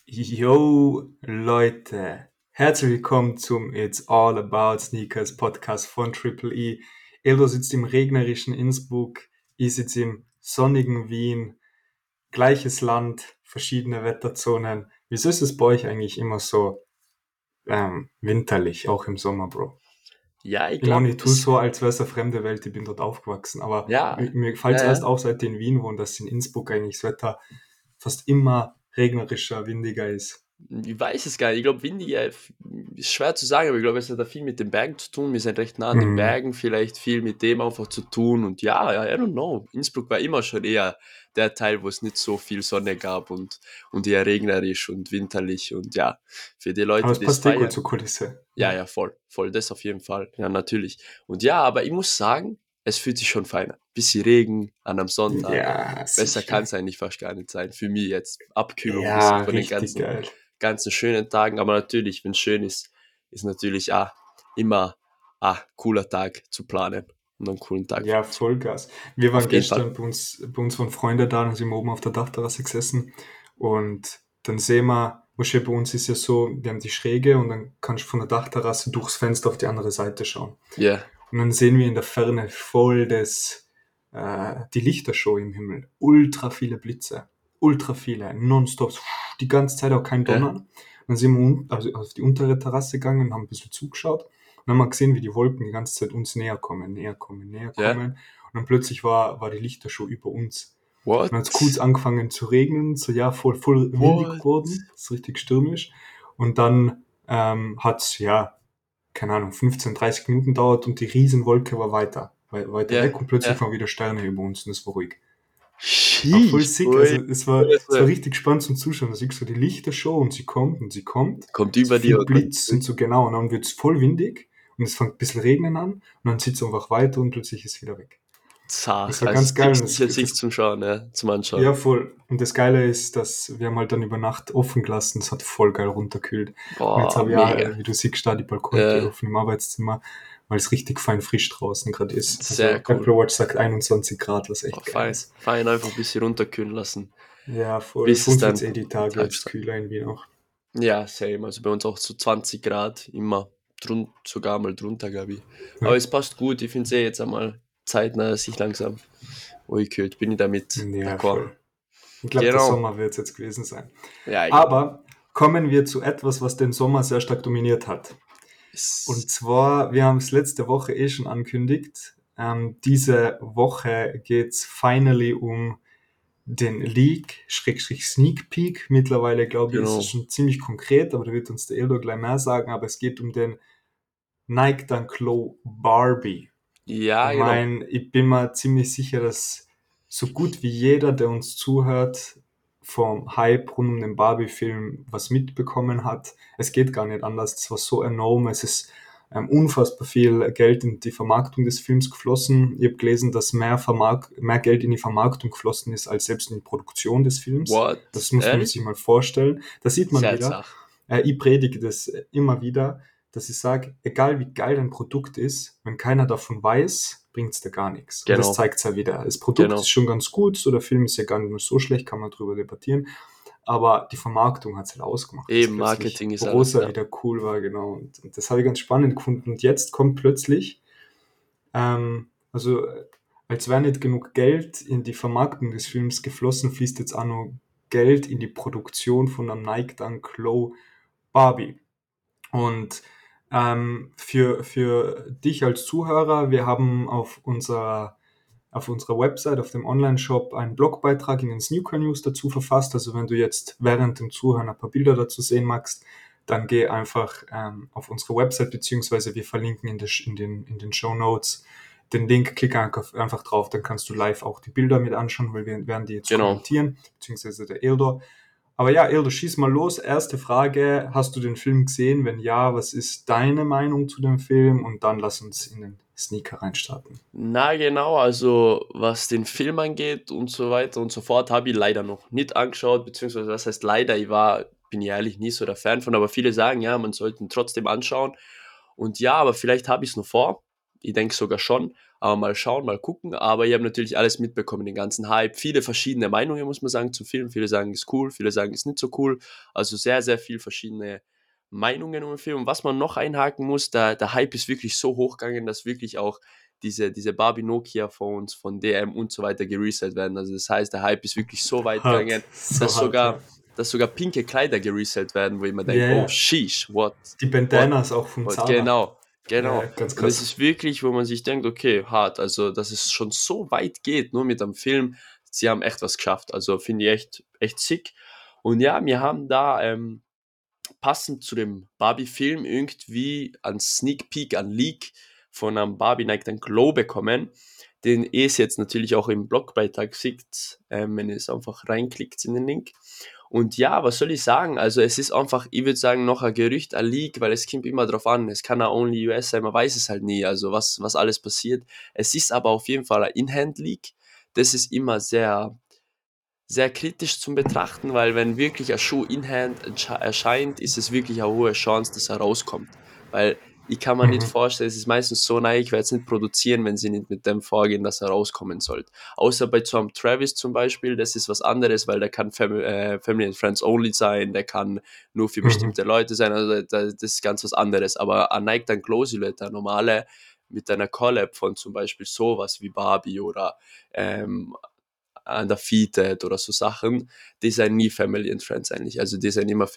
Yo, Leute, herzlich willkommen zum It's All About Sneakers Podcast von Triple E. Eldo sitzt im regnerischen Innsbruck, ich sitze im sonnigen Wien, gleiches Land, verschiedene Wetterzonen. Wieso ist es bei euch eigentlich immer so winterlich, auch im Sommer, Bro? Ja, ich Ich meine, glaube, ich tue so, als wäre es eine fremde Welt, ich bin dort aufgewachsen, aber ja, mir gefällt ja, es erst ja. auch, seit ich in Wien wohne, dass in Innsbruck eigentlich das Wetter fast immer regnerischer, windiger ist. Ich weiß es gar nicht. Ich glaube, Windy, ist schwer zu sagen, aber ich glaube, es hat da viel mit den Bergen zu tun. Wir sind recht nah an den Mhm. Bergen, vielleicht viel mit dem einfach zu tun. Und ja, I don't know. Innsbruck war immer schon eher der Teil, wo es nicht so viel Sonne gab und eher regnerisch und winterlich. Und ja, für die Aber Leute, es die es passt eh gut feiern, zur Kulisse. ja, Ja, ja, voll, das auf jeden Fall. Ja, natürlich. Und ja, aber ich muss sagen, es fühlt sich schon feiner. Bisschen Regen an einem Sonntag. ja, Besser kann sicher. es eigentlich fast gar nicht sein. Für mich jetzt Abkühlung ein bisschen Ja, von den richtig ganzen, geil. ganzen schönen Tagen. Aber natürlich, wenn es schön ist, ist natürlich auch immer ein cooler Tag zu planen und einen coolen Tag Ja, zu. Vollgas. Wir waren Auf jeden Fall. gestern bei uns waren Freunde da, dann sind wir oben auf der Dachterrasse gesessen und dann sehen wir, bei uns ist ja so, wir haben die Schräge und dann kannst du von der Dachterrasse durchs Fenster auf die andere Seite schauen. Ja, Und dann sehen wir in der Ferne voll die Lichtershow im Himmel. Ultra viele Blitze. Ultra viele. Nonstop. Die ganze Zeit auch kein ja, Donnern. Dann sind wir also auf die untere Terrasse gegangen und haben ein bisschen zugeschaut. Und dann haben wir gesehen, wie die Wolken die ganze Zeit uns näher kommen, näher kommen, näher ja. kommen. Und dann plötzlich war die Lichtershow über uns. Und dann hat es kurz What? angefangen zu regnen, so ja, voll windig What? geworden, ist richtig stürmisch. Und dann hat es, ja, keine Ahnung, 15, 30 Minuten dauert und die Riesenwolke war weiter Ja, weg und plötzlich ja. waren wieder Sterne über uns und es war ruhig. Aber voll Sheesh. sick, Ui. also es war richtig spannend zum Zuschauen. Da siehst du die Lichtershow und sie kommt, Kommt so über viel dir und kommt Blitz und zurück. so genau, und dann wird es voll windig und es fängt ein bisschen regnen an und dann zieht es einfach weiter und plötzlich ist es wieder weg. Zach, Das war also ganz geil und sicher sich zum Schauen, ja, zum Anschauen. ja, voll. Und das Geile ist, dass wir haben halt dann über Nacht offen gelassen, es hat voll geil runterkühlt. Und jetzt Boah, habe ich ja, mega. wie du siehst, da die Balkontür Äh, offen im Arbeitszimmer, weil es richtig fein frisch draußen gerade ist. Sehr Also cool. Apple Watch sagt 21 Grad, was Oh, echt geil fein. ist. Fein einfach ein bisschen runterkühlen lassen, Ja, voll. bis Für es uns wird es dann die am Tage Tag jetzt steigt. kühler in Wien auch. Ja, same. Also bei uns auch so 20 Grad, immer sogar mal drunter, glaube ich. Aber Ja, es passt gut. Ich finde es jetzt einmal zeitnah, dass sich langsam kühlt. Bin ich damit ja, d'accord. voll. Ich glaube, der Genau. Sommer wird es jetzt gewesen sein. Ja, ich glaube auch. Aber kommen wir zu etwas, was den Sommer sehr stark dominiert hat. Es- Und zwar, wir haben es letzte Woche eh schon angekündigt. Diese Woche geht's finally um den Sneak Peek. Mittlerweile, glaube ich, ist es Genau. schon ziemlich konkret, aber da wird uns der Eldo gleich mehr sagen. Aber es geht um den Nike Dunk Low Barbie. Ich Ja, genau. meine, ich bin mir ziemlich sicher, dass so gut wie jeder, der uns zuhört, vom Hype rund um den Barbie-Film was mitbekommen hat. Es geht gar nicht anders. Es war so enorm. Es ist unfassbar viel Geld in die Vermarktung des Films geflossen. Ich habe gelesen, dass mehr Geld in die Vermarktung geflossen ist, als selbst in die Produktion des Films. Das What? muss man sich Ehrlich? mal vorstellen. Da sieht man Sehr wieder, zach. ich predige das immer wieder, dass ich sage, egal wie geil ein Produkt ist, wenn keiner davon weiß, bringt es dir gar nichts. Und das Genau. zeigt es ja wieder. Das Produkt ist Genau. schon ganz gut, so der Film ist ja gar nicht mehr so schlecht, kann man drüber debattieren. Aber die Vermarktung hat es halt ausgemacht, dass Eben, plötzlich Marketing ist alles, Rosa ja. wieder cool war, genau. Und das habe ich ganz spannend gefunden. Und jetzt kommt plötzlich, also als wäre nicht genug Geld in die Vermarktung des Films geflossen, fließt jetzt auch noch Geld in die Produktion von einem Nike Dunk Low Barbie. Und für dich als Zuhörer, wir haben auf unserer Website, auf dem Online-Shop einen Blogbeitrag in den Snooker News dazu verfasst. Also wenn du jetzt während dem Zuhören ein paar Bilder dazu sehen magst, dann geh einfach auf unsere Website, beziehungsweise wir verlinken in den Show Notes den Link, klick einfach drauf, dann kannst du live auch die Bilder mit anschauen, weil wir werden die jetzt Genau. kommentieren, beziehungsweise der Eldor. Aber ja, Ildo, schieß mal los. Erste Frage, hast du den Film gesehen? Wenn ja, was ist deine Meinung zu dem Film? Und dann lass uns in den Sneaker reinstarten. Na genau, also was den Film angeht und so weiter und so fort, habe ich leider noch nicht angeschaut, beziehungsweise das heißt leider, bin ich ehrlich, nie so der Fan von, aber viele sagen, ja, man sollte ihn trotzdem anschauen. Und ja, aber vielleicht habe ich es noch vor. Ich denke sogar schon, aber mal schauen, mal gucken. Aber ich habe natürlich alles mitbekommen, den ganzen Hype. Viele verschiedene Meinungen, muss man sagen, zum Film. Viele sagen, ist cool, viele sagen, ist nicht so cool. Also sehr, sehr viel verschiedene Meinungen um den Film. Und was man noch einhaken muss, der Hype ist wirklich so hochgegangen, dass wirklich auch diese Barbie Nokia Phones von DM und so weiter gereselt werden. Also das heißt, der Hype ist wirklich so weit Hart, gegangen, so dass hart, ja. sogar pinke Kleider gereselt werden, wo ich mir Ja, denke, oh ja. sheesh, Die what, Bandanas auch von Zara. genau, Ja, genau. ganz Und es krass. ist wirklich, wo man sich denkt, okay, hart, also dass es schon so weit geht, nur mit einem Film, sie haben echt was geschafft. Also finde ich echt sick. Und ja, wir haben da passend zu dem Barbie-Film irgendwie ein Sneak Peek, ein Leak von einem Barbie Night and Glow bekommen, den es jetzt natürlich auch im Blogbeitrag sieht, wenn ihr es einfach reinklickt in den Link. Und ja, was soll ich sagen? Also es ist einfach, ich würde sagen, noch ein Gerücht, ein Leak, weil es kommt immer drauf an. Es kann auch only US sein, man weiß es halt nie, also was alles passiert. Es ist aber auf jeden Fall ein In-Hand-Leak. Das ist immer sehr sehr kritisch zum Betrachten, weil wenn wirklich ein Schuh in Hand erscheint, ist es wirklich eine hohe Chance, dass er rauskommt. Weil ich kann mir nicht Mhm. vorstellen, es ist meistens so, nein, ich werde es nicht produzieren, wenn sie nicht mit dem vorgehen, dass er rauskommen soll. Außer bei so einem Travis zum Beispiel, das ist was anderes, weil der kann Family and Friends only sein, der kann nur für Mhm. bestimmte Leute sein, also das ist ganz was anderes. Aber ein Nike dann Glow Silhouette, eine normale, mit einer Collab von zum Beispiel sowas wie Barbie oder ähm, Undefeated oder so Sachen, die sind nie Family and Friends eigentlich. Also die sind immer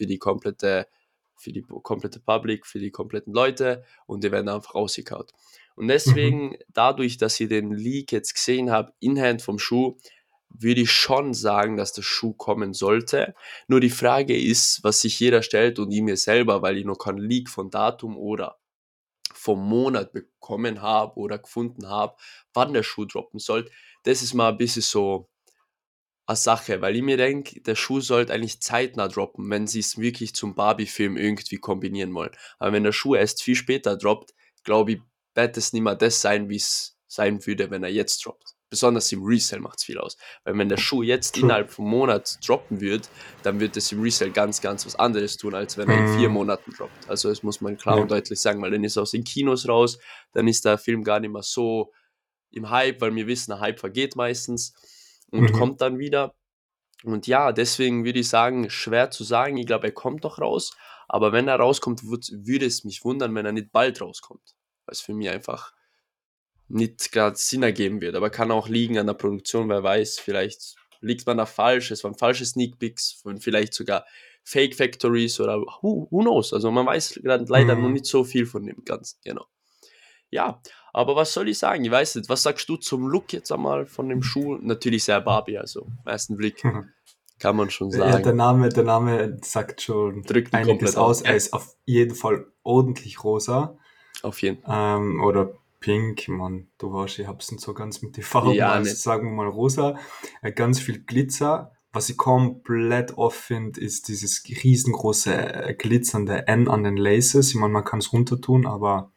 für die komplette Public, für die kompletten Leute und die werden einfach rausgekaut. Und Mhm. deswegen, dadurch, dass ich den Leak jetzt gesehen habe, in-hand vom Schuh, würde ich schon sagen, dass der Schuh kommen sollte. Nur die Frage ist, was sich jeder stellt und ich mir selber, weil ich noch keinen Leak von Datum oder vom Monat bekommen habe oder gefunden habe, wann der Schuh droppen soll. Das ist mal ein bisschen so eine Sache, weil ich mir denke, der Schuh sollte eigentlich zeitnah droppen, wenn sie es wirklich zum Barbie-Film irgendwie kombinieren wollen. Aber wenn der Schuh erst viel später droppt, glaube ich, wird es nicht mehr das sein, wie es sein würde, wenn er jetzt droppt. Besonders im Resale macht es viel aus. Weil wenn der Schuh jetzt True. innerhalb vom Monat droppen wird, dann wird es im Resale ganz, ganz was anderes tun, als wenn er in vier Mhm. Monaten droppt. Also das muss man klar Ja. und deutlich sagen, weil dann ist er aus den Kinos raus, dann ist der Film gar nicht mehr so im Hype, weil wir wissen, der Hype vergeht meistens und Mhm. kommt dann wieder. Und ja, deswegen würde ich sagen, schwer zu sagen. Ich glaube, er kommt doch raus. Aber wenn er rauskommt, würde es mich wundern, wenn er nicht bald rauskommt. Weil es für mich einfach nicht gerade Sinn ergeben wird. Aber kann auch liegen an der Produktion, wer weiß. Vielleicht liegt man da falsch. Es waren falsche Sneak Peeks von vielleicht sogar Fake Factories oder who knows. Also man weiß gerade leider noch Mhm. nicht so viel von dem Ganzen. Genau. Ja, aber was soll ich sagen? Ich weiß nicht, was sagst du zum Look jetzt einmal von dem Schuh? Natürlich sehr Barbie, also auf den ersten Blick kann man schon Ja, sagen. Der Name sagt schon Drückt die einiges komplett aus, aus. Er gell? ist auf jeden Fall ordentlich rosa. Auf jeden. Oder pink, man, du weißt, ich hab's nicht so ganz mit den Farben, Ja, also nicht. sagen wir mal rosa. Ganz viel Glitzer. Was ich komplett off finde, ist dieses riesengroße glitzernde N an den Laces. Ich meine, man kann es runter tun, aber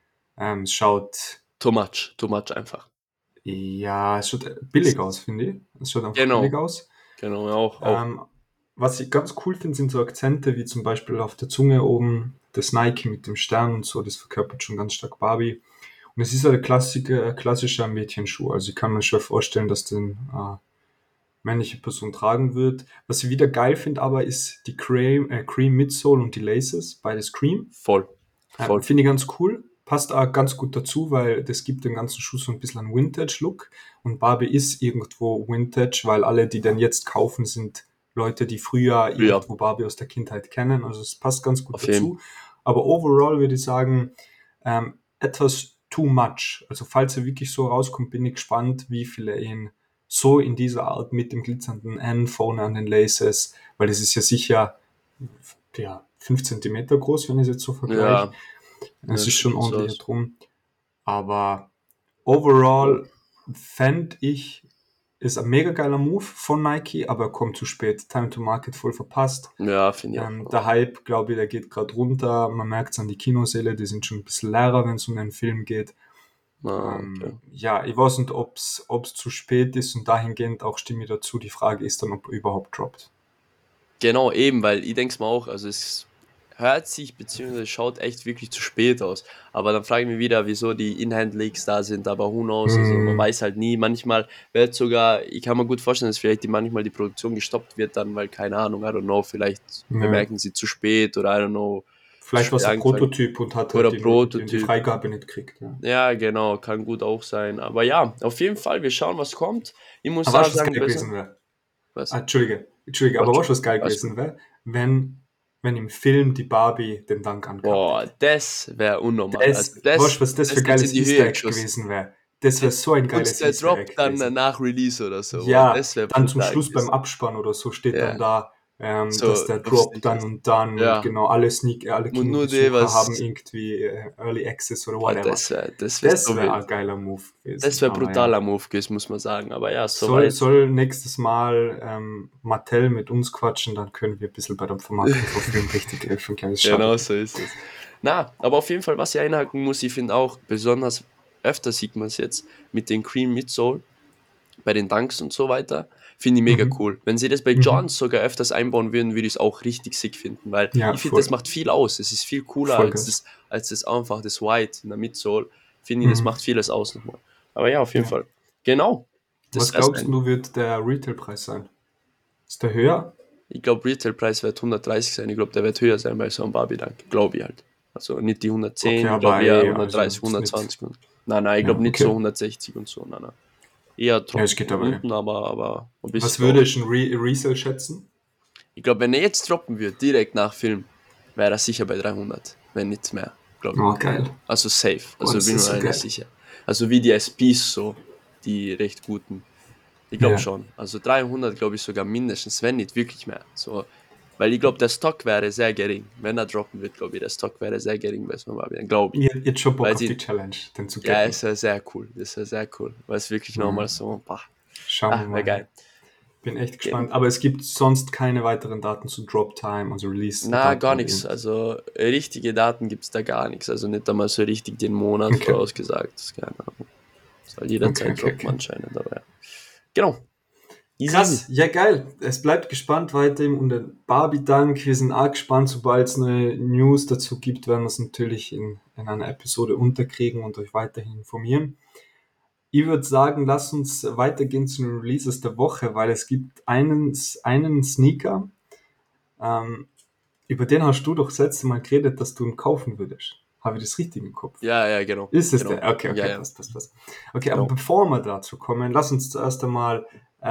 es schaut, Too much einfach. ja, es schaut billig aus, finde ich. Es schaut einfach billig Genau, aus. genau, auch. Ähm, Was ich ganz cool finde, sind so Akzente, wie zum Beispiel auf der Zunge oben das Nike mit dem Stern und so, das verkörpert schon ganz stark Barbie. Und es ist halt ein klassischer Mädchenschuh. Also ich kann mir schwer vorstellen, dass den männliche Person tragen wird. Was ich wieder geil finde aber, ist die Cream Midsole und die Laces, beides Cream. Voll, voll. Finde ich ganz cool. Passt auch ganz gut dazu, weil das gibt dem ganzen Schuh so ein bisschen einen Vintage-Look. Und Barbie ist irgendwo Vintage, weil alle, die den jetzt kaufen, sind Leute, die früher Ja, irgendwo Barbie aus der Kindheit kennen. Also es passt ganz gut auf jeden. dazu. Aber overall würde ich sagen, etwas too much. Also falls er wirklich so rauskommt, bin ich gespannt, wie viele ihn so in dieser Art mit dem glitzernden N vorne an den Laces, weil das ist ja sicher ja, 5 Zentimeter groß, wenn ich es jetzt so vergleiche. Ja, Es ja, ist schaut schon schon so ordentlicher aus. drum. Aber Ja, overall fände ich, ist ein mega geiler Move von Nike, aber er kommt zu spät. Time to Market voll verpasst. ja finde ich Der auch. Hype, glaube ich, der geht gerade runter. Man merkt es an die Kinosäle, die sind schon ein bisschen leerer, wenn es um den Film geht. Ah, okay. Ja, ich weiß nicht, ob's zu spät ist und dahingehend auch stimme ich dazu. Die Frage ist dann, ob er überhaupt droppt. Genau, eben, weil ich denke es mir auch, also hört sich bzw. schaut echt wirklich zu spät aus. Aber dann frage ich mich wieder, wieso die In-Hand-Leaks da sind, aber who knows, also man weiß halt nie. Manchmal wird sogar, ich kann mir gut vorstellen, dass vielleicht manchmal die Produktion gestoppt wird dann, weil, keine Ahnung, I don't know, vielleicht Ja. bemerken sie zu spät oder I don't know, zu Vielleicht war spät es ein angefangen. Prototyp und hat Oder halt die Prototyp. Freigabe nicht gekriegt. Ja. Ja, genau, kann gut auch sein. Aber ja, auf jeden Fall, wir schauen, was kommt. Ich muss Aber auch weißt du, was sagen, geil besser. gewesen wäre? Was? Entschuldige, Was? aber weißt du, was geil Alles gut. gewesen wäre? Wenn im Film die Barbie den Dank angehabt Boah, hätte. das wäre unnormal. Also Weißt du, was das für das ein jetzt in geiles die Easter Höhe Egg geschossen. gewesen wäre? Das wäre Das, so ein und geiles der Easter Drop Egg dann gewesen. nach Release oder so. Boah, Ja, das wäre dann zum brutal Schluss beim gewesen. Abspann oder so steht dann Ja, da, dass so der aufs Drop dann Sicherste. und dann und Ja, genau alle und nur die, Kinobesucher haben was. irgendwie Early Access oder Boah, whatever. das wär Das so wäre wild. ein geiler Move Das gewesen. wäre Aber ja. brutaler Move gewesen, muss man sagen. Aber ja, Soll, soweit. soll nächstes Mal Mattel mit uns quatschen, dann können wir ein bisschen bei der Vermarktung von Filmen richtig helfen. Kleines Genau Shoutout. so ist es. Na, aber auf jeden Fall, was ich einhaken muss, ich finde auch, besonders öfter sieht man es jetzt mit den Cream Midsole, bei den Dunks und so weiter, finde ich mega Mhm. cool. Wenn sie das bei Mhm. Johns sogar öfters einbauen würden, würde ich es auch richtig sick finden, weil Ja, ich finde, das voll. macht viel aus. Es ist viel cooler Vollgas. als das einfach das White in der Midsole. Finde ich, das Mhm. macht vieles aus nochmal. Aber ja, auf jeden Ja. Fall. Genau. Das Was wär's glaubst eigentlich. du, wird der Retailpreis sein? Ist der höher? Ich glaube, Retailpreis wird 130 sein. Ich glaube, der wird höher sein bei so einem Barbie-Dank. Glaube ich halt. Also nicht die Okay, 110, ich glaube aber eher also 130, ist nicht. 120. Nein, ich glaube Ja, nicht so okay. 160 und so. Nein. Eher Ja, es geht aber. unten, aber ein Was bisschen würde auch. ich ein Resale schätzen? Ich glaube, wenn er jetzt droppen wird, direkt nach Film, wäre er sicher bei 300. Wenn nicht mehr, glaube ich. Oh, geil. Also safe. Boah, Also das bin ist mir so eigentlich geil. sicher. Also wie die SPs so, die recht guten. Ich glaube Ja. schon. Also 300 glaube ich sogar mindestens, wenn nicht wirklich mehr. So, weil ich glaube, der Stock wäre sehr gering. Wenn er droppen wird, glaube ich, der Stock wäre sehr gering bei so einem, glaube ich. Jetzt schon Bock Weil auf die sie, Challenge, den zu ja, getten. ist ja sehr cool. Das ist ja sehr cool. Weil es wirklich Ja. nochmal so, bah, Schauen wir wäre mal. geil. Bin echt Gen gespannt. Aber es gibt sonst keine weiteren Daten zu Drop Time, also Na, Release-Datum gar oder nichts. irgendwas. Also richtige Daten gibt es da gar nichts. Also nicht einmal so richtig den Monat Okay. vorausgesagt. Keine Ahnung. Soll Okay, jederzeit okay, droppen okay. anscheinend, aber ja. Genau. Easy, Krass, easy. ja geil. Es bleibt gespannt weiterhin und den Barbie-Dank. Wir sind arg gespannt, sobald es neue News dazu gibt, werden wir es natürlich in einer Episode unterkriegen und euch weiterhin informieren. Ich würde sagen, lass uns weitergehen zu den Releases der Woche, weil es gibt einen Sneaker, ähm, über den hast du doch das letzte Mal geredet, dass du ihn kaufen würdest. Habe ich das richtig im Kopf? Ja, genau. Ist es Genau. der? Okay, Ja, okay, ja. passt. Okay, aber Genau. bevor wir dazu kommen, lass uns zuerst einmal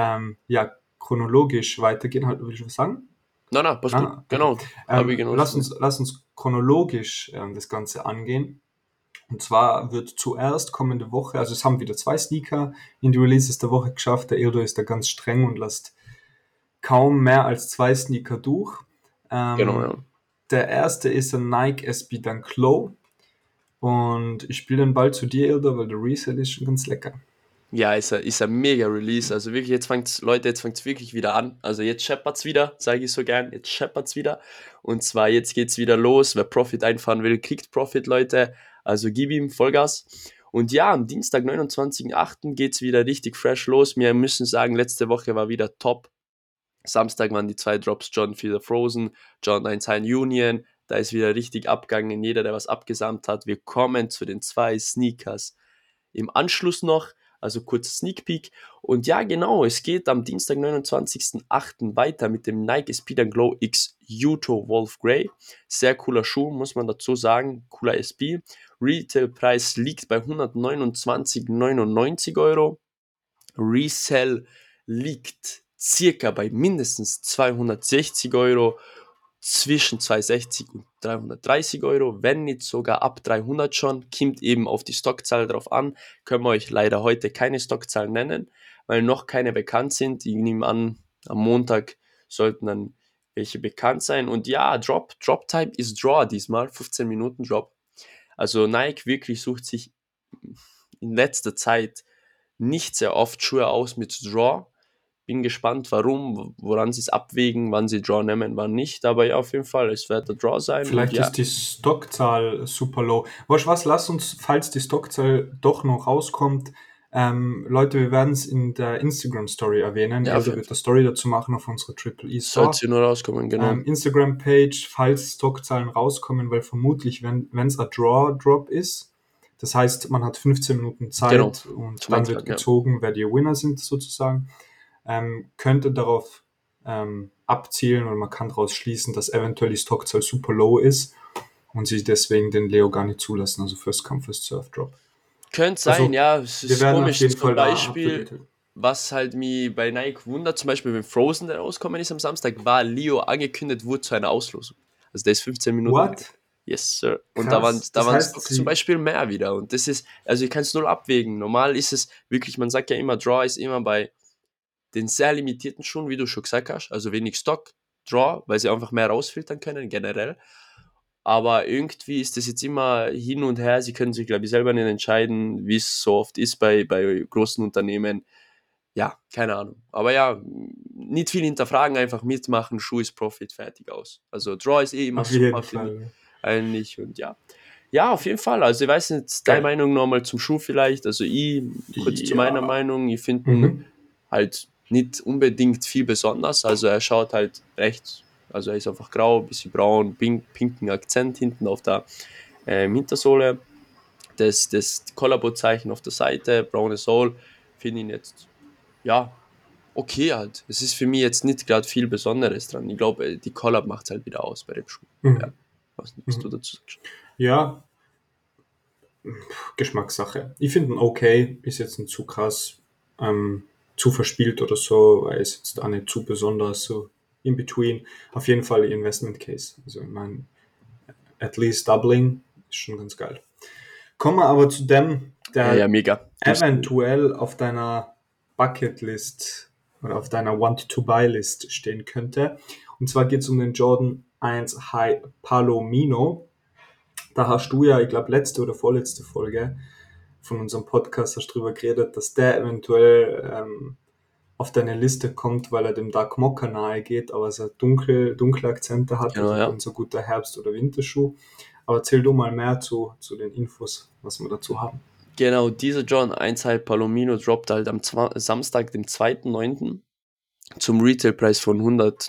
ja, chronologisch weitergehen. Will ich was sagen? Na, passt gut. Ah, okay. Genau. Habe ich genau informiert. Lass uns chronologisch das Ganze angehen. Und zwar wird zuerst kommende Woche, also es haben wieder zwei Sneaker in die Releases der Woche geschafft. Der Erdo ist da ganz streng und lässt kaum mehr als zwei Sneaker durch. Genau, ja. Der erste ist ein Nike SB Dunk Low. Und ich spiele den Ball zu dir, Erdo, weil der Resale ist schon ganz lecker. Ja, ist ein mega Release. Also wirklich, Leute, jetzt fängt's wirklich wieder an. Also jetzt scheppert's wieder, sage ich so gern. Jetzt scheppert's wieder. Und zwar jetzt geht's wieder los. Wer Profit einfahren will, kriegt Profit, Leute. Also gib ihm Vollgas. Und ja, am Dienstag, 29.08. geht's wieder richtig fresh los. Wir müssen sagen, letzte Woche war wieder top. Samstag waren die zwei Drops, John für the Frozen, John 1 High Union. Da ist wieder richtig abgegangen. Jeder, der was abgesamt hat. Wir kommen zu den zwei Sneakers im Anschluss noch, also kurz Sneak Peek. Und ja, genau, es geht am Dienstag, 29.08. weiter mit dem Nike Speed and Glow X Uto Wolf Grey. Sehr cooler Schuh, muss man dazu sagen, cooler SB. Retailpreis liegt bei 129,99 Euro. Resell liegt circa bei mindestens 260 Euro, zwischen 260 und 330 Euro, wenn nicht sogar ab 300 schon, kommt eben auf die Stockzahl drauf an, können wir euch leider heute keine Stockzahlen nennen, weil noch keine bekannt sind. Ich nehme an, am Montag sollten dann welche bekannt sein. Und ja, Drop-Type ist Draw diesmal, 15 Minuten Drop. Also Nike wirklich sucht sich in letzter Zeit nicht sehr oft Schuhe aus mit Draw. Bin gespannt, warum, woran sie es abwägen, wann sie Draw nehmen, wann nicht. Aber ja, auf jeden Fall, es wird der Draw sein. Und Vielleicht ja, ist die Stockzahl super low. Weißt du was, lass uns, falls die Stockzahl doch noch rauskommt, Leute, wir werden es in der Instagram-Story erwähnen. Ja, auf Elder jeden wird eine Fall. Story dazu machen auf unserer Triple E Sollte Store. sie nur rauskommen, genau. Instagram-Page, falls Stockzahlen rauskommen, weil vermutlich, wenn es ein Draw-Drop ist, das heißt, man hat 15 Minuten Genau, Zeit und zum dann wird Eintragen, ja. gezogen, wer die Winner sind sozusagen, könnte darauf abzielen oder man kann daraus schließen, dass eventuell die Stockzahl super low ist und sie deswegen den Leo gar nicht zulassen, also First Come, First Serve Drop. Könnte sein, Also ja, es wir ist werden auf komisch. jeden Zum Fall da up to Beispiel, date. was halt mich bei Nike wundert, zum Beispiel, wenn Frozen der rausgekommen ist am Samstag, war Leo angekündigt wurde zu einer Auslosung. Also der ist 15 Minuten weg. What? Yes, Sir. Und Krass. da Das waren heißt, Stocks zum sie. Beispiel mehr wieder. Und das ist, also ich kann es null abwägen. Normal ist es wirklich, man sagt ja immer, Draw ist immer bei den sehr limitierten Schuhen, wie du schon gesagt hast. Also wenig Stock, Draw, weil sie einfach mehr rausfiltern können, generell. Aber irgendwie ist das jetzt immer hin und her. Sie können sich, glaube ich, selber nicht entscheiden, wie es so oft ist bei großen Unternehmen. Ja, keine Ahnung. Aber ja, nicht viel hinterfragen, einfach mitmachen. Schuh ist Profit, fertig aus. Also Draw ist eh immer Auf jeden super, finde ich Fall. eigentlich. Und ja. Ja, auf jeden Fall. Also ich weiß nicht, deine Geil. Meinung nochmal zum Schuh vielleicht. Also ich, kurz zu meiner Ja. Meinung, ich finde ihn Mhm. halt nicht unbedingt viel besonders. Also er schaut halt recht, also er ist einfach grau, bisschen braun, pinken Akzent hinten auf der Hintersohle. Das Collabo-Zeichen auf der Seite, braune Sohle, finde ich jetzt, ja, okay halt. Es ist für mich jetzt nicht gerade viel Besonderes dran. Ich glaube, die Collab macht es halt wieder aus bei dem Schuh. Ja, Mhm. weiß nicht, was du Mhm. dazu sagst. Ja, Geschmackssache. Ich finde ihn okay, ist jetzt nicht zu krass, ähm, zu verspielt oder so, weil ist jetzt auch nicht zu besonders, so in between. Auf jeden Fall Investment Case. Also ich meine, at least doubling ist schon ganz geil. Kommen wir aber zu dem, Ja, ja, der mega. eventuell auf deiner Bucketlist oder auf deiner Want-to-Buy-List stehen könnte. Und zwar geht es um den Jordan 1 High Palomino. Da hast du ja, ich glaube, letzte oder vorletzte Folge von unserem Podcast hast drüber geredet, dass der eventuell auf deine Liste kommt, weil er dem Dark Mocha nahe geht, aber sehr dunkle Akzente hat, Genau, also ja. ganz so guter Herbst- oder Winterschuh. Aber erzähl du mal mehr zu den Infos, was wir dazu haben. Genau, dieser John 1 Palomino droppt halt am Samstag, dem 2.9. zum Retailpreis von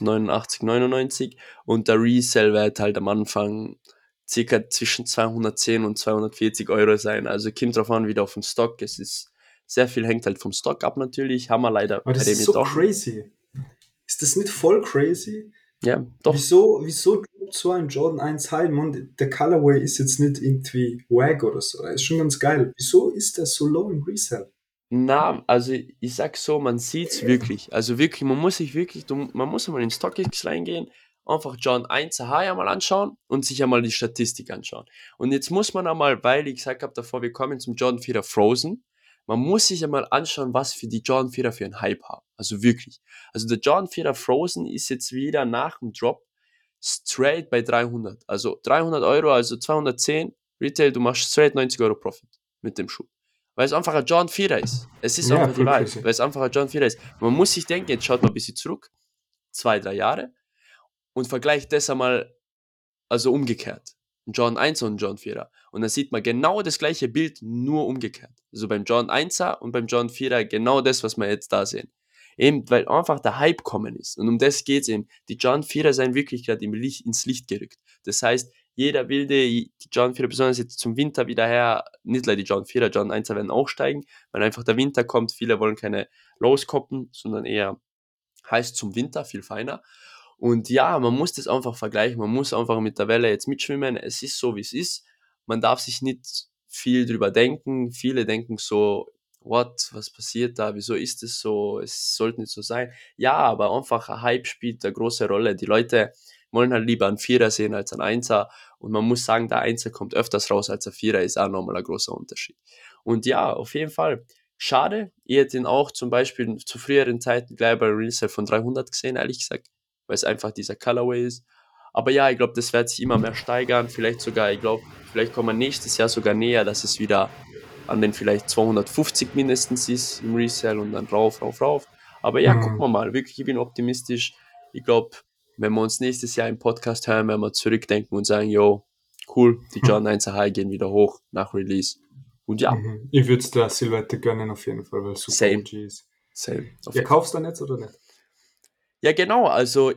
189,99 und der Resell-Wert halt am Anfang circa zwischen 210 und 240 Euro sein. Also kommt drauf an, wieder auf den Stock. Es ist sehr viel, hängt halt vom Stock ab natürlich. Haben wir leider Aber bei das dem ist jetzt so auch nicht. crazy. Ist das nicht voll crazy? Ja, doch. Wieso droppt so ein Jordan 1 High? Man, der Colorway ist jetzt nicht irgendwie wack oder so. Er ist schon ganz geil. Wieso ist der so low im Resell? Na, also ich sag so, man sieht's wirklich. Also wirklich, man muss sich wirklich, man muss einmal in StockX reingehen, einfach John 1 High einmal anschauen und sich einmal die Statistik anschauen. Und jetzt muss man einmal, weil ich gesagt habe davor, wir kommen zum Jordan 4 Frozen, man muss sich einmal anschauen, was für die Jordan 4 für einen Hype haben. Also wirklich. Also der Jordan 4 Frozen ist jetzt wieder nach dem Drop straight bei 300. Also 300 Euro, also 210 Retail, du machst straight 90 Euro Profit mit dem Schuh. Weil es einfach ein John 4 ist. Es ist Ja, einfach die voll Wahrheit, crazy. weil es einfach ein John 4 ist. Man muss sich denken, jetzt schaut mal ein bisschen zurück, 2, 3 Jahre, und vergleicht das einmal, also umgekehrt. Ein John 1 und ein John 4. Und dann sieht man genau das gleiche Bild, nur umgekehrt. Also beim John 1er und beim John 4er genau das, was wir jetzt da sehen. Eben, weil einfach der Hype kommen ist. Und um das geht es eben. Die John 4er sind wirklich gerade ins Licht gerückt. Das heißt, jeder will die John 4er, besonders jetzt zum Winter wieder her, nicht nur die John 4er, John 1er werden auch steigen, weil einfach der Winter kommt. Viele wollen keine Lows koppen, sondern eher heißt zum Winter, viel feiner. Und ja, man muss das einfach vergleichen. Man muss einfach mit der Welle jetzt mitschwimmen. Es ist so, wie es ist. Man darf sich nicht viel drüber denken. Viele denken so, what, was passiert da? Wieso ist es so? Es sollte nicht so sein. Ja, aber einfach ein Hype spielt eine große Rolle. Die Leute wollen halt lieber einen Vierer sehen als einen Einser. Und man muss sagen, der Einser kommt öfters raus als der Vierer, ist auch nochmal ein großer Unterschied. Und ja, auf jeden Fall. Schade, ich hätte ihn auch zum Beispiel zu früheren Zeiten gleich bei Resale von 300 gesehen, ehrlich gesagt, weil es einfach dieser Colorway ist. Aber ja, ich glaube, das wird sich immer mehr steigern. Vielleicht sogar, ich glaube, vielleicht kommen wir nächstes Jahr sogar näher, dass es wieder an den vielleicht 250 mindestens ist im Resale und dann rauf, rauf, rauf. Aber ja, gucken wir Mhm. mal. Wirklich, ich bin optimistisch. Ich glaube, wenn wir uns nächstes Jahr im Podcast hören, werden wir zurückdenken und sagen, yo, cool, die John 1 High gehen wieder hoch nach Release. Und ja, Ich würde es der Silhouette gönnen auf jeden Fall, weil es super same, OG ist. same, auf Ihr jeden Fall. kauft dann jetzt oder nicht? Ja, genau, also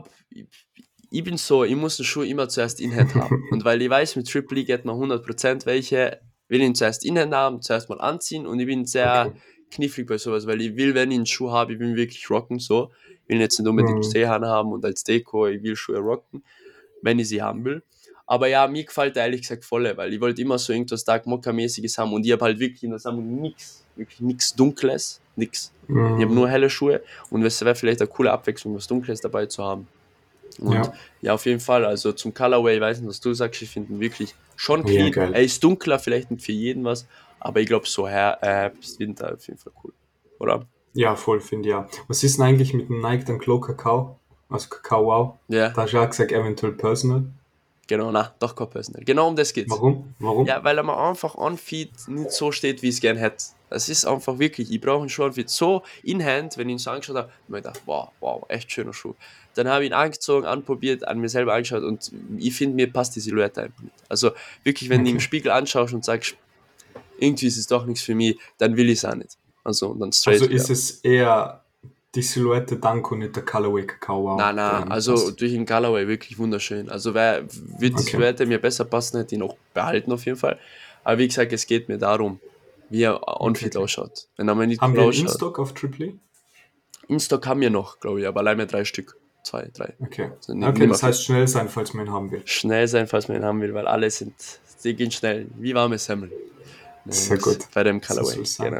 ich bin so, ich muss den Schuh immer zuerst in-hand haben. Und weil ich weiß, mit Triple E geht man 100% welche, will ich ihn zuerst in-hand haben, zuerst mal anziehen und ich bin Okay. sehr knifflig bei sowas, weil ich will, wenn ich einen Schuh habe, ich will ihn wirklich rocken, so. Ich will ihn jetzt nicht unbedingt Mhm. Stehhahn haben und als Deko, ich will Schuhe rocken, wenn ich sie haben will. Aber ja, mir gefällt der ehrlich gesagt voll, weil ich wollte immer so irgendwas Dark Mokka-mäßiges haben und ich habe halt wirklich in der Sammlung nichts, wirklich nichts Dunkles, nix. Ich habe nur Mhm. helle Schuhe und es wäre vielleicht eine coole Abwechslung, was Dunkles dabei zu haben. Und Ja. ja, auf jeden Fall, also zum Colorway, ich weiß nicht, was du sagst, ich finde ihn wirklich schon Ja, clean. geil. Er ist dunkler, vielleicht nicht für jeden was, aber ich glaube, so bis Winter auf jeden Fall cool. Oder? Ja, voll, finde ich ja. Was ist denn eigentlich mit dem Nike dann Glow Kakao? Also Kakao Wow. Ja, Da hast du auch gesagt, eventuell Personal. genau, na, doch kein Personal. Genau um das geht's. Warum? Warum? Ja, weil er mir einfach on-feed nicht so steht, wie ich es gern hätte. Das ist einfach wirklich, ich brauche einen Schuh on-feed so in-hand, wenn ich ihn so angeschaut habe, habe ich mir gedacht, wow, wow, echt schöner Schuh. Dann habe ich ihn angezogen, anprobiert, an mir selber angeschaut und ich finde, mir passt die Silhouette einfach nicht. Also wirklich, wenn du im Okay. Spiegel anschaust und sagst, irgendwie ist es doch nichts für mich, dann will ich es auch nicht. Also und dann Also straight ist wieder. es eher die Silhouette Danko, nicht der Colorway Kakao Na, Wow, der na, ihm also passt. durch den Colorway wirklich wunderschön. Also wird die Okay. Silhouette mir besser passen, hätte ich ihn auch behalten auf jeden Fall. Aber wie gesagt, es geht mir darum, wie er Okay, on-fit okay. ausschaut. Wenn er mal nicht Haben cool die einen ausschaut. In-Stock auf Triply? In-Stock haben wir noch, glaube ich, aber allein mehr 3 Stück. 2, 3. Okay. Also Okay, nicht mehr das viel. heißt schnell sein, falls man ihn haben will. Schnell sein, falls man ihn haben will, weil alle sind, die gehen schnell, wie warme Semmeln. Sehr Und gut. bei dem So soll Colorway, es sein. genau.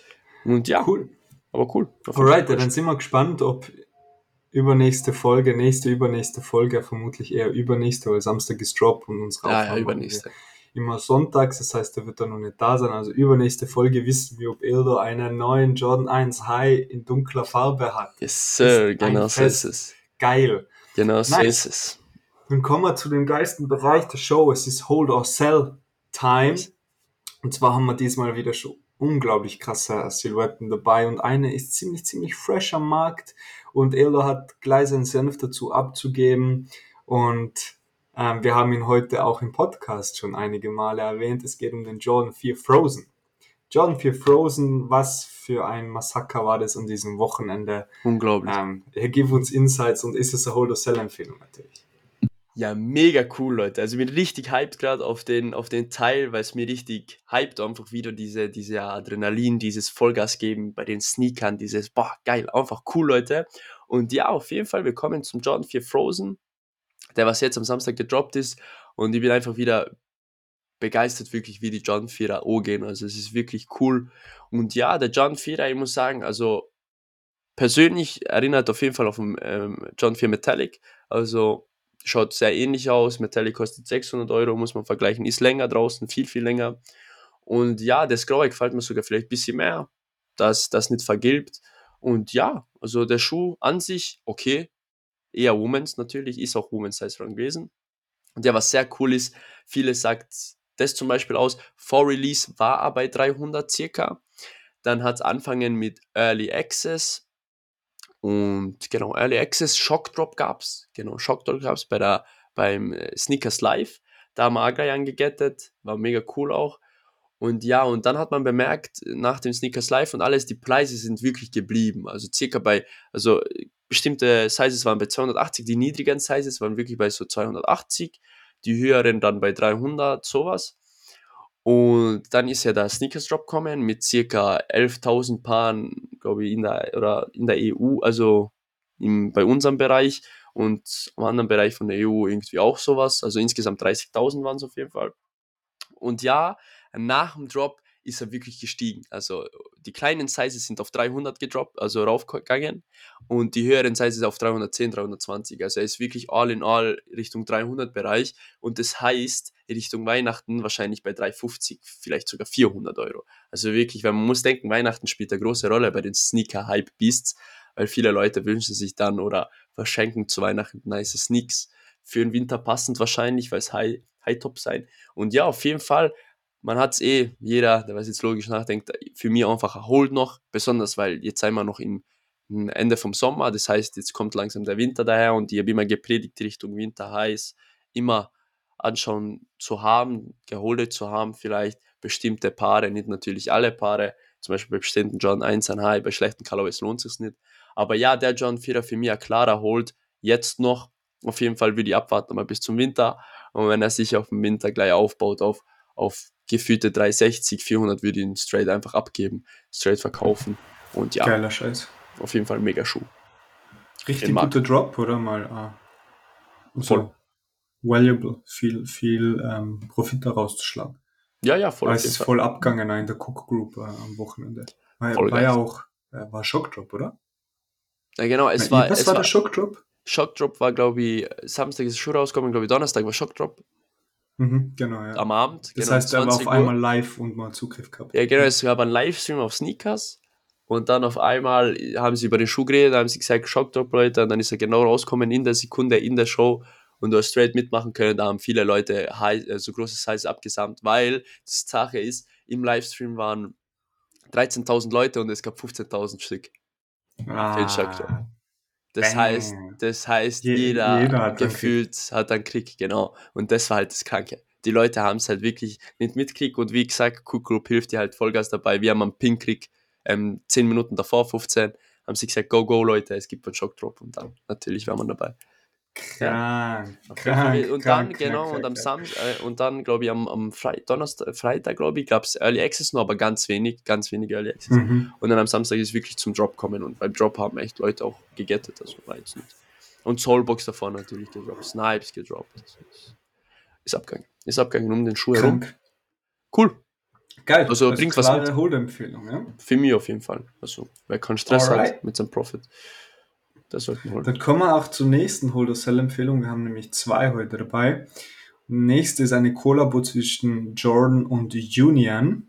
Und ja, Cool. aber cool, auf jeden Fall Alright, ja, dann cool. sind wir gespannt, ob übernächste Folge, nächste, übernächste Folge, vermutlich eher übernächste, weil Samstag ist Drop und unsere Ja, ja, Aufnahmen machen wir übernächste. immer sonntags, das heißt, er wird dann noch nicht da sein. Also übernächste Folge wissen wir, ob Ildo einen neuen Jordan 1 High in dunkler Farbe hat. Yes, Ist Sir, ein genau so ist Fest. es. Geil. Genau so ist Nice. es. Dann kommen wir zu dem geilsten Bereich der Show. Es ist Hold or Sell Time. Yes. Und zwar haben wir diesmal wieder schon unglaublich krasse Silhouetten dabei und eine ist ziemlich, ziemlich fresh am Markt und Elo hat gleich seinen Senf dazu abzugeben und wir haben ihn heute auch im Podcast schon einige Male erwähnt. Es geht um den Jordan 4 Frozen. Jordan 4 Frozen, was für ein Massaker war das an diesem Wochenende? Unglaublich. Er gibt uns Insights und ist es eine Hold-or-Sell-Empfehlung natürlich. Ja, mega cool, Leute. Also ich bin richtig hyped gerade auf den Teil, weil es mir richtig hyped einfach wieder diese Adrenalin, dieses Vollgas geben bei den Sneakern, dieses, boah, geil, einfach cool, Leute. Und ja, auf jeden Fall, wir kommen zum Jordan 4 Frozen, der was jetzt am Samstag gedroppt ist. Und ich bin einfach wieder begeistert, wirklich, wie die Jordan 4er gehen. Also es ist wirklich cool. Und ja, der Jordan 4er, ich muss sagen, also persönlich erinnert auf jeden Fall auf den John 4 Metallic. Also schaut sehr ähnlich aus. Metallic kostet 600 €, muss man vergleichen. Ist länger draußen, viel, viel länger. Und ja, das Graue gefällt mir sogar vielleicht ein bisschen mehr, dass das nicht vergilbt. Und ja, also der Schuh an sich, okay, eher Womens natürlich, ist auch Womens Size Run gewesen. Und ja, was sehr cool ist, viele sagt das zum Beispiel aus, vor Release war er bei 300 circa. Dann hat es angefangen mit Early Access, und genau, Early Access Shockdrop gab's. Genau, Shockdrop gab's beim Sneakers Live. Da haben wir auch gleich angegettet, war mega cool auch. Und ja, und dann hat man bemerkt, nach dem Sneakers Live und alles, die Preise sind wirklich geblieben. Also circa also bestimmte Sizes waren bei 280, die niedrigen Sizes waren wirklich bei so 280, die höheren dann bei 300, sowas. Und dann ist ja der Sneakers Drop gekommen mit circa 11.000 Paaren, glaube ich, in der EU, also bei unserem Bereich und im anderen Bereich von der EU irgendwie auch sowas. Also insgesamt 30.000 waren es auf jeden Fall. Und ja, nach dem Drop ist er wirklich gestiegen. Also die kleinen Sizes sind auf 300 gedroppt, also raufgegangen und die höheren Sizes auf 310, 320. Also er ist wirklich all in all Richtung 300 Bereich und das heißt Richtung Weihnachten wahrscheinlich bei 350, vielleicht sogar 400 €. Also wirklich, weil man muss denken, Weihnachten spielt eine große Rolle bei den Sneaker-Hype-Beasts, weil viele Leute wünschen sich dann oder verschenken zu Weihnachten nice Sneaks. Für den Winter passend wahrscheinlich, weil es High-Top sein. Und ja, auf jeden Fall, man hat es jeder, der was jetzt logisch nachdenkt, für mich einfach erholt noch, besonders weil jetzt sind wir noch im Ende vom Sommer, das heißt, jetzt kommt langsam der Winter daher und ich habe immer gepredigt Richtung Winter heiß, immer anschauen zu haben, geholdet zu haben vielleicht, bestimmte Paare, nicht natürlich alle Paare. Zum Beispiel bei bestimmten John 1 ein High, bei schlechten Colorways lohnt es sich nicht. Aber ja, der John 4er für mich ein klarer Hold. Jetzt noch, auf jeden Fall würde ich abwarten mal bis zum Winter. Und wenn er sich auf den Winter gleich aufbaut, auf gefühlte 360, 400, würde ich ihn straight einfach abgeben, straight verkaufen. Und ja, Geiler Scheiß. auf jeden Fall ein mega Schuh. Richtig guter Drop, oder? Mal Voll. so valuable, viel Profit daraus zu schlagen. Ja, voll. Aber auf es jeden ist Fall. voll abgegangen in der Cook Group am Wochenende. Voll War ja geil. auch, war Schockdrop, oder? Ja, genau, Was war der Schockdrop? Shockdrop war, glaube ich, Samstag ist es schon rausgekommen, glaube ich, Donnerstag war Shockdrop Genau, ja. am Abend, Das genau um heißt, er war auf 20 Uhr. einmal live und mal Zugriff gehabt. Ja, genau, es gab einen Livestream auf Sneakers und dann auf einmal haben sie über den Schuh geredet, haben sie gesagt, Shockdrop, Leute, und dann ist er genau rausgekommen in der Sekunde in der Show und du hast straight mitmachen können, da haben viele Leute so große Size abgesamt, weil die Sache ist, im Livestream waren 13.000 Leute und es gab 15.000 Stück für den Shockdrop. Ah, Das heißt, bang. jeder Jeder hat einen Krieg. gefühlt hat einen Krieg, genau. Und das war halt das Kranke. Die Leute haben es halt wirklich nicht mitgekriegt und wie gesagt, Cook Group hilft dir halt Vollgas dabei. Wir haben am Ping-Krieg 10 Minuten davor, 15, haben sie gesagt, go, go, Leute, es gibt einen Shockdrop und dann natürlich war man dabei. Ja, auf jeden Fall. Und dann, genau, und am Samstag, und dann, glaube ich, am Freitag, glaube ich, gab es Early Access noch, aber ganz wenig Early Access. Und dann am Samstag ist es wirklich zum Drop kommen und beim Drop haben echt Leute auch gegettet, also war jetzt nicht. Und Soulbox davor natürlich gedroppt, Snipes gedroppt. Also ist abgegangen um den Schuh herum. Krank. Cool. Geil. Also bringt was klare mit. Hold-Empfehlung, ja? Für mich auf jeden Fall. Also wer keinen Stress Alright. hat mit seinem Profit, das sollten holen. Dann kommen wir auch zur nächsten Hold-or-Sell-Empfehlung. Wir haben nämlich 2 heute dabei. Nächste ist eine Kollabo zwischen Jordan und Union.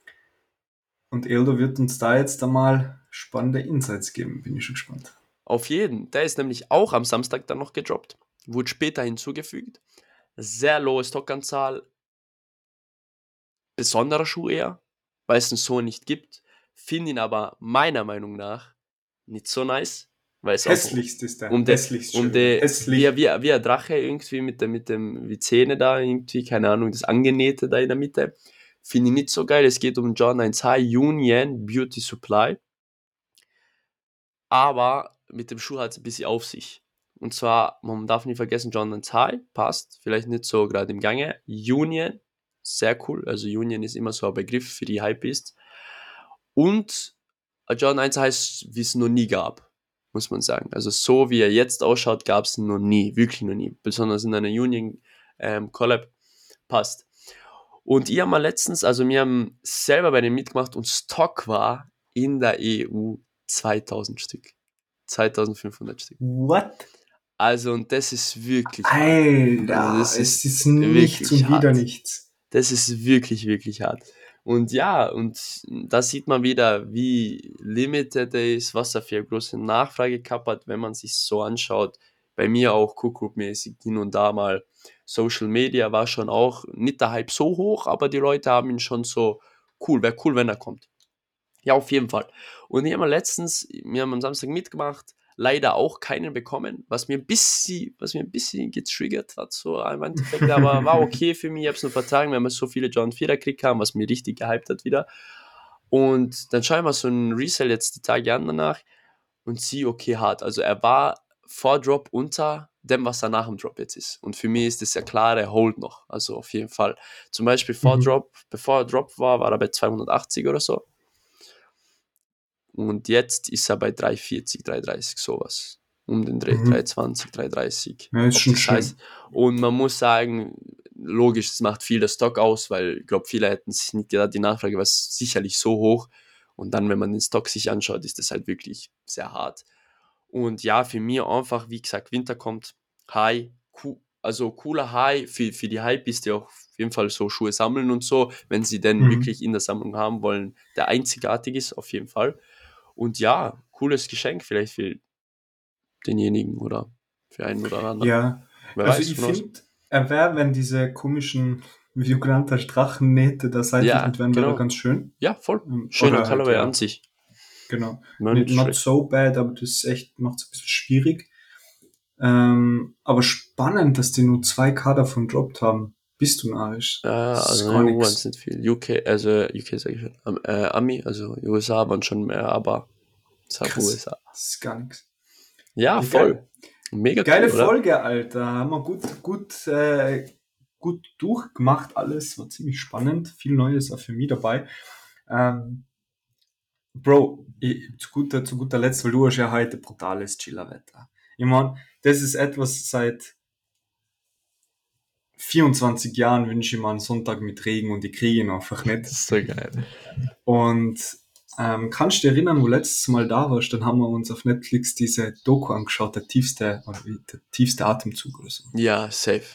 Und Eldo wird uns da jetzt einmal spannende Insights geben. Bin ich schon gespannt. Auf jeden. Der ist nämlich auch am Samstag dann noch gedroppt. Wurde später hinzugefügt. Sehr lowe Stockanzahl. Besonderer Schuh eher, weil es ihn so nicht gibt. Finde ihn aber meiner Meinung nach nicht so nice. Weil es Hässlichst ist der. Hässlich. Wie ein Drache irgendwie mit dem wie Zähne da irgendwie, keine Ahnung, das Angenähte da in der Mitte. Finde ich nicht so geil. Es geht um Jordan 1 High Union Beauty Supply. Aber mit dem Schuh hat es ein bisschen auf sich. Und zwar, man darf nicht vergessen, Jordan 1 High passt, vielleicht nicht so gerade im Gange. Union, sehr cool. Also Union ist immer so ein Begriff für die Hypebeasts. Und Jordan 1 heißt, wie es noch nie gab, muss man sagen. Also so wie er jetzt ausschaut, gab es noch nie, wirklich noch nie. Besonders in einer Union Collab passt. Und ich habe mal letztens, also wir haben selber bei dem mitgemacht und Stock war in der EU 2000 Stück. 2500 Stück. What? Also und das ist wirklich Alter, hart. Also es ist nichts und wieder nichts. Das ist wirklich, wirklich hart. Und ja, und da sieht man wieder, wie limited er ist, was er für eine große Nachfrage gehabt hat, wenn man sich so anschaut. Bei mir auch Kuckuck-mäßig hin und da mal. Social Media war schon auch nicht der Hype so hoch, aber die Leute haben ihn schon so cool, wäre cool, wenn er kommt. Ja, auf jeden Fall. Und ich habe wir haben am Samstag mitgemacht, leider auch keinen bekommen, was mir ein bisschen getriggert hat, so im Endeffekt, aber war okay für mich, ich habe es nur vertragen, wenn wir so viele John 4er gekriegt haben, was mir richtig gehypt hat wieder. Und dann schaue ich mal so ein Resell jetzt die Tage an danach und sehe, okay, hart. Also er war vor Drop unter dem, was er nach dem Drop jetzt ist. Und für mich ist das ja klare Hold noch, also auf jeden Fall. Zum Beispiel bevor er Drop war er bei 280 oder so. Und jetzt ist er bei 340, 330, sowas. Um den Dreh, 320, 330. Ja, ist schon schön. Und man muss sagen, logisch, es macht viel der Stock aus, weil ich glaube, viele hätten sich nicht gedacht, die Nachfrage war sicherlich so hoch. Und dann, wenn man den Stock sich anschaut, ist das halt wirklich sehr hart. Und ja, für mich einfach, wie gesagt, Winter kommt, High, also cooler High, für die Hypebeasts, die auch auf jeden Fall so Schuhe sammeln und so, wenn sie denn wirklich in der Sammlung haben wollen, der einzigartig ist, auf jeden Fall. Und ja, cooles Geschenk vielleicht für denjenigen oder für einen oder anderen. Ja, Wer also weiß, ich finde, er wäre, wenn diese komischen, wie du genannt hast, Drachennähte da seitlich ja, mit wären, genau. wäre ganz schön. Ja, voll. Schöner Oder halt, Colorway ja, an sich. genau. Nicht Not schlecht. so bad, aber das ist echt, macht es ein bisschen schwierig. Aber spannend, dass die nur 2K davon droppt haben. Bist du narrisch? Das ist Also gar EU waren es nichts. nicht viel. UK, also UK sage ich schon. Ami, also USA waren schon mehr, aber sag Krass. USA. Das ist gar nichts. Ja, Ja, voll. geil. Mega Geile cool, oder? Folge, Alter. Haben wir gut durchgemacht alles. War ziemlich spannend. Viel Neues auch für mich dabei. Ähm, Bro, zu guter Letzt, weil du hast ja heute brutales Chillerwetter. Ich mein, das ist etwas seit 24 Jahren wünsche ich mir einen Sonntag mit Regen und ich kriege ihn einfach nicht. So geil. Und kannst du dich erinnern, wo letztes Mal da warst, dann haben wir uns auf Netflix diese Doku angeschaut, der tiefste Atemzug oder so. Ja, safe.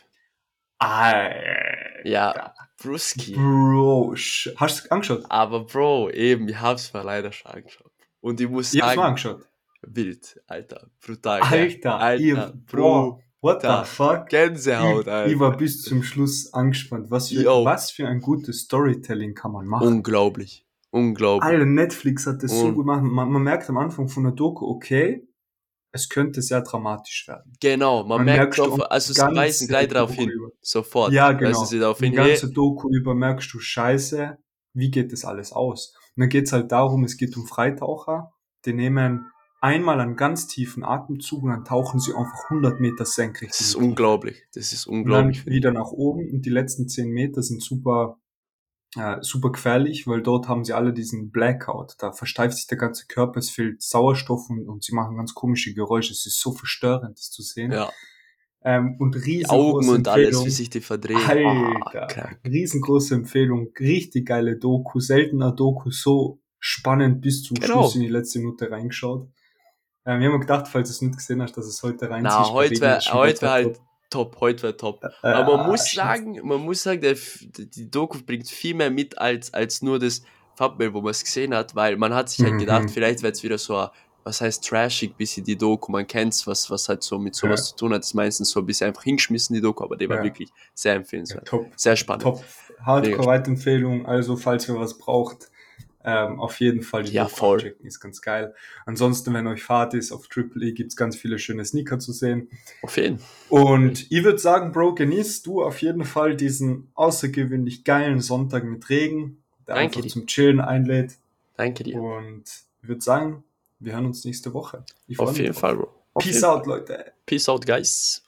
Ja, Alter. Bruski. Bro, hast du es angeschaut? Aber Bro, eben, ich hab's mir leider schon angeschaut. Und ich muss Ich hab's mal sagen, angeschaut. wild, Alter, brutal, gell? Alter, Alter, boah, what the brutal. fuck? Gänsehaut, Ich war Alter. bis zum Schluss angespannt. Yo, Was für ein gutes Storytelling kann man machen? unglaublich. Unglaublich. Alter, Netflix hat das so Und gut gemacht. Man merkt am Anfang von der Doku, okay, es könnte sehr dramatisch werden. genau, man Man merkt merkt schon sofort, die also sie weisen ganze gleich darauf Doku hin. über. Sofort. Ja, Weisen sie genau. darauf Und die hin, hey, ganze Doku über merkst du, scheiße, wie geht das alles aus? Und dann geht's halt darum, es geht um Freitaucher, die nehmen einmal einen ganz tiefen Atemzug und dann tauchen sie einfach 100 Meter senkrecht das in ist die Tiefe. unglaublich. Das ist Und unglaublich, dann finde ich. wieder nach oben und die letzten 10 Meter sind super gefährlich, weil dort haben sie alle diesen Blackout. Da versteift sich der ganze Körper, es fehlt Sauerstoff und sie machen ganz komische Geräusche. Es ist so verstörend, das zu sehen. Ja. Und Die Augen riesengroße und alles, wie Empfehlung. sich die verdrehen. Ah, Alter, krank. riesengroße Empfehlung. Richtig geile Doku. Seltener Doku. So spannend bis zum Schluss in Genau. die letzte Minute reingeschaut. Wir haben gedacht, falls du es nicht gesehen hast, dass es heute Na, reinziehst bei regnerischem heute wär Wetter. halt top, heute wäre top. Aber Shit. man muss sagen, die Doku bringt viel mehr mit als nur das Thumbnail, wo man es gesehen hat, weil man hat sich halt gedacht, Mhm. vielleicht wird es wieder so, was heißt trashig, bisschen die Doku, man kennt's, was halt so mit sowas Ja, zu tun hat, ist meistens so ein bisschen einfach hingeschmissen, die Doku, aber die war ja. wirklich sehr Ja, empfehlenswert. top. Sehr spannend. Top. Mega spannend. Hardcore-Weiterempfehlung. Also, falls ihr was braucht, auf jeden Fall die Ja, Doku voll. abchecken. Ist ganz geil. Ansonsten, wenn euch Fahrt ist, auf Triple E gibt's ganz viele schöne Sneaker zu sehen. Auf jeden Fall. Und ich würde sagen, Bro, genießt du auf jeden Fall diesen außergewöhnlich geilen Sonntag mit Regen, der Danke einfach dir. zum Chillen einlädt. Danke dir. Und ich würde sagen, wir hören uns nächste Woche. Ich freue Auf mich jeden Fall, drauf. Bro. Auf Peace jeden Fall. out, Leute. Peace out, guys.